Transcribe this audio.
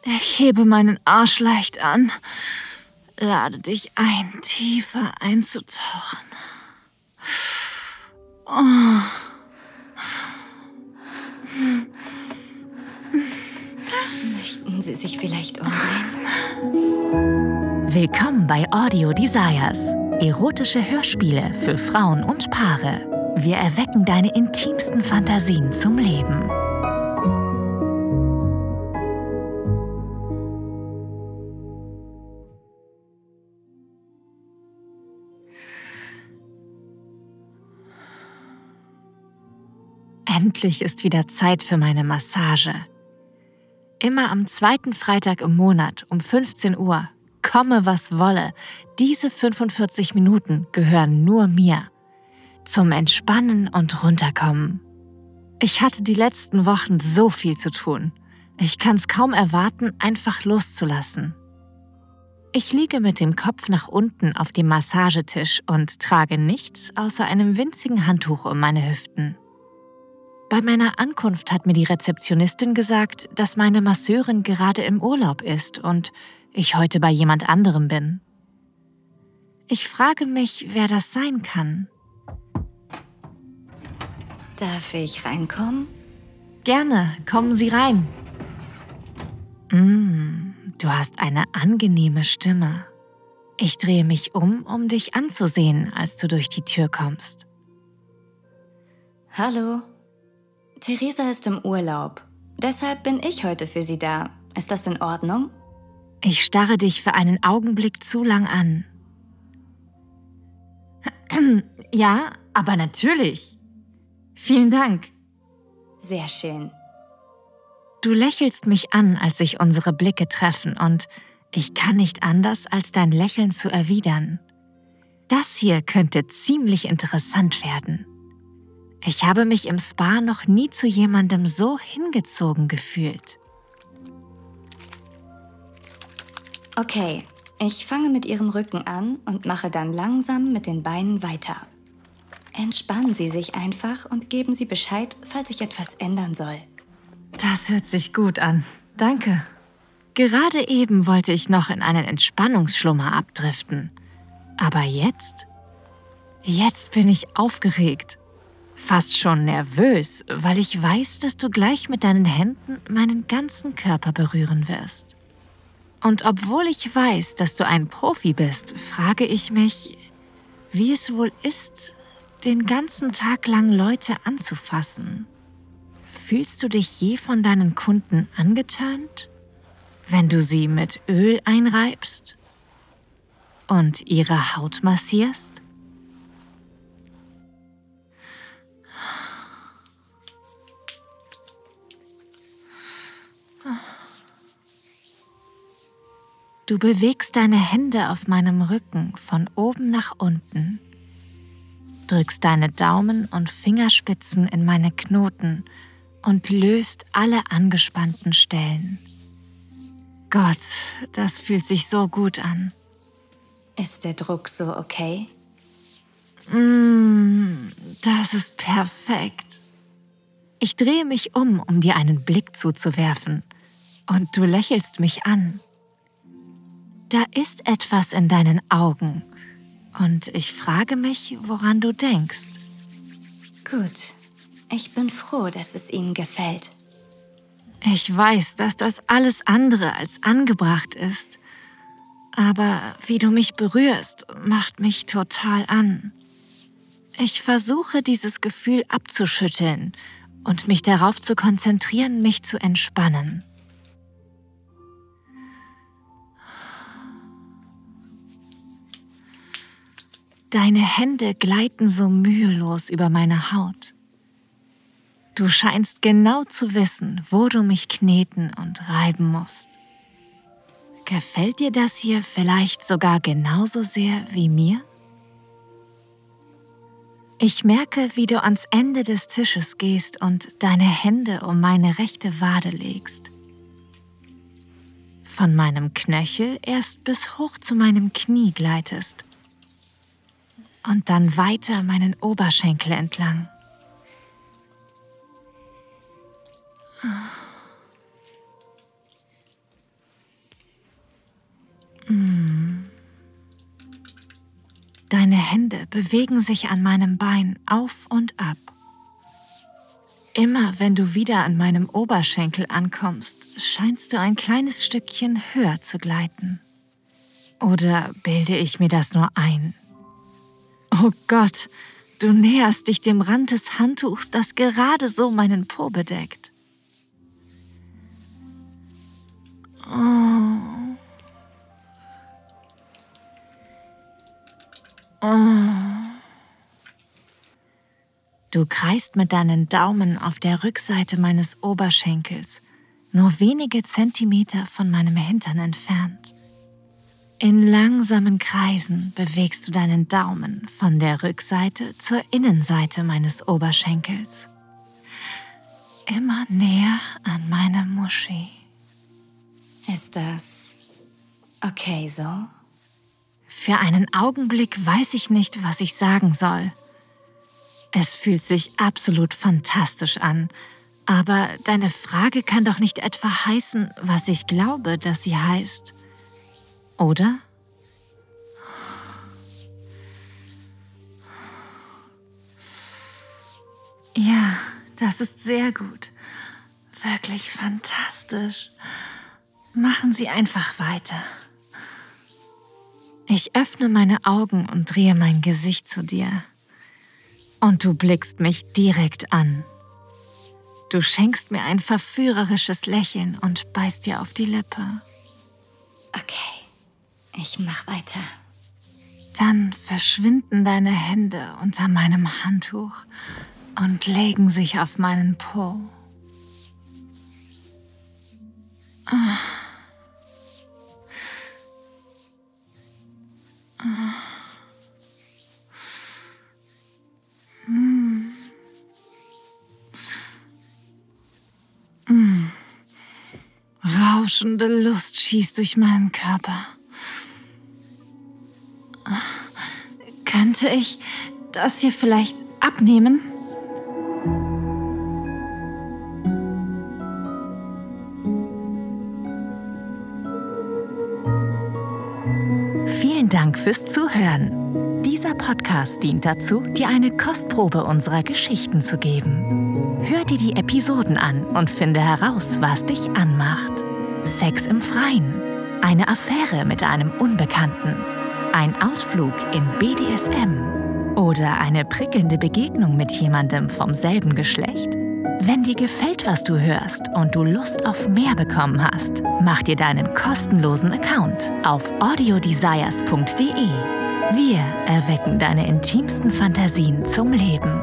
Ich hebe meinen Arsch leicht an. Lade dich ein, tiefer einzutauchen. Oh. Möchten Sie sich vielleicht umdrehen? Willkommen bei Audio Desires. Erotische Hörspiele für Frauen und Paare. Wir erwecken deine intimsten Fantasien zum Leben. Endlich ist wieder Zeit für meine Massage. Immer am zweiten Freitag im Monat um 15 Uhr, komme was wolle, diese 45 Minuten gehören nur mir. Zum Entspannen und Runterkommen. Ich hatte die letzten Wochen so viel zu tun. Ich kann es kaum erwarten, einfach loszulassen. Ich liege mit dem Kopf nach unten auf dem Massagetisch und trage nichts außer einem winzigen Handtuch um meine Hüften. Bei meiner Ankunft hat mir die Rezeptionistin gesagt, dass meine Masseurin gerade im Urlaub ist und ich heute bei jemand anderem bin. Ich frage mich, wer das sein kann. Darf ich reinkommen? Gerne, kommen Sie rein. Du hast eine angenehme Stimme. Ich drehe mich um dich anzusehen, als du durch die Tür kommst. Hallo. Theresa ist im Urlaub. Deshalb bin ich heute für Sie da. Ist das in Ordnung? Ich starre dich für einen Augenblick zu lang an. Ja, aber natürlich. Vielen Dank. Sehr schön. Du lächelst mich an, als sich unsere Blicke treffen und ich kann nicht anders, als dein Lächeln zu erwidern. Das hier könnte ziemlich interessant werden. Ich habe mich im Spa noch nie zu jemandem so hingezogen gefühlt. Okay, ich fange mit Ihrem Rücken an und mache dann langsam mit den Beinen weiter. Entspannen Sie sich einfach und geben Sie Bescheid, falls sich etwas ändern soll. Das hört sich gut an. Danke. Gerade eben wollte ich noch in einen Entspannungsschlummer abdriften. Aber jetzt bin ich aufgeregt. Fast schon nervös, weil ich weiß, dass du gleich mit deinen Händen meinen ganzen Körper berühren wirst. Und obwohl ich weiß, dass du ein Profi bist, frage ich mich, wie es wohl ist, den ganzen Tag lang Leute anzufassen. Fühlst du dich je von deinen Kunden angeturnt, wenn du sie mit Öl einreibst und ihre Haut massierst? Du bewegst deine Hände auf meinem Rücken von oben nach unten, drückst deine Daumen und Fingerspitzen in meine Knoten und löst alle angespannten Stellen. Gott, das fühlt sich so gut an. Ist der Druck so okay? Das ist perfekt. Ich drehe mich um dir einen Blick zuzuwerfen und du lächelst mich an. Da ist etwas in deinen Augen und ich frage mich, woran du denkst. Gut, ich bin froh, dass es Ihnen gefällt. Ich weiß, dass das alles andere als angebracht ist, aber wie du mich berührst, macht mich total an. Ich versuche, dieses Gefühl abzuschütteln und mich darauf zu konzentrieren, mich zu entspannen. Deine Hände gleiten so mühelos über meine Haut. Du scheinst genau zu wissen, wo du mich kneten und reiben musst. Gefällt dir das hier vielleicht sogar genauso sehr wie mir? Ich merke, wie du ans Ende des Tisches gehst und deine Hände um meine rechte Wade legst. Von meinem Knöchel erst bis hoch zu meinem Knie gleitest und dann weiter meinen Oberschenkel entlang. Deine Hände bewegen sich an meinem Bein auf und ab. Immer wenn du wieder an meinem Oberschenkel ankommst, scheinst du ein kleines Stückchen höher zu gleiten. Oder bilde ich mir das nur ein? Oh Gott, du näherst dich dem Rand des Handtuchs, das gerade so meinen Po bedeckt. Du kreist mit deinen Daumen auf der Rückseite meines Oberschenkels, nur wenige Zentimeter von meinem Hintern entfernt. In langsamen Kreisen bewegst du deinen Daumen von der Rückseite zur Innenseite meines Oberschenkels. Immer näher an meine Muschi. Ist das okay so? Für einen Augenblick weiß ich nicht, was ich sagen soll. Es fühlt sich absolut fantastisch an, aber deine Frage kann doch nicht etwa heißen, was ich glaube, dass sie heißt. Oder? Ja, das ist sehr gut. Wirklich fantastisch. Machen Sie einfach weiter. Ich öffne meine Augen und drehe mein Gesicht zu dir. Und du blickst mich direkt an. Du schenkst mir ein verführerisches Lächeln und beißt dir auf die Lippe. Okay, ich mach weiter. Dann verschwinden deine Hände unter meinem Handtuch und legen sich auf meinen Po. Rauschende Lust schießt durch meinen Körper. Könnte ich das hier vielleicht abnehmen? Vielen Dank fürs Zuhören. Dieser Podcast dient dazu, dir eine Kostprobe unserer Geschichten zu geben. Hör dir die Episoden an und finde heraus, was dich anmacht. Sex im Freien, eine Affäre mit einem Unbekannten, ein Ausflug in BDSM oder eine prickelnde Begegnung mit jemandem vom selben Geschlecht? Wenn dir gefällt, was du hörst und du Lust auf mehr bekommen hast, mach dir deinen kostenlosen Account auf audiodesires.de. Wir erwecken deine intimsten Fantasien zum Leben.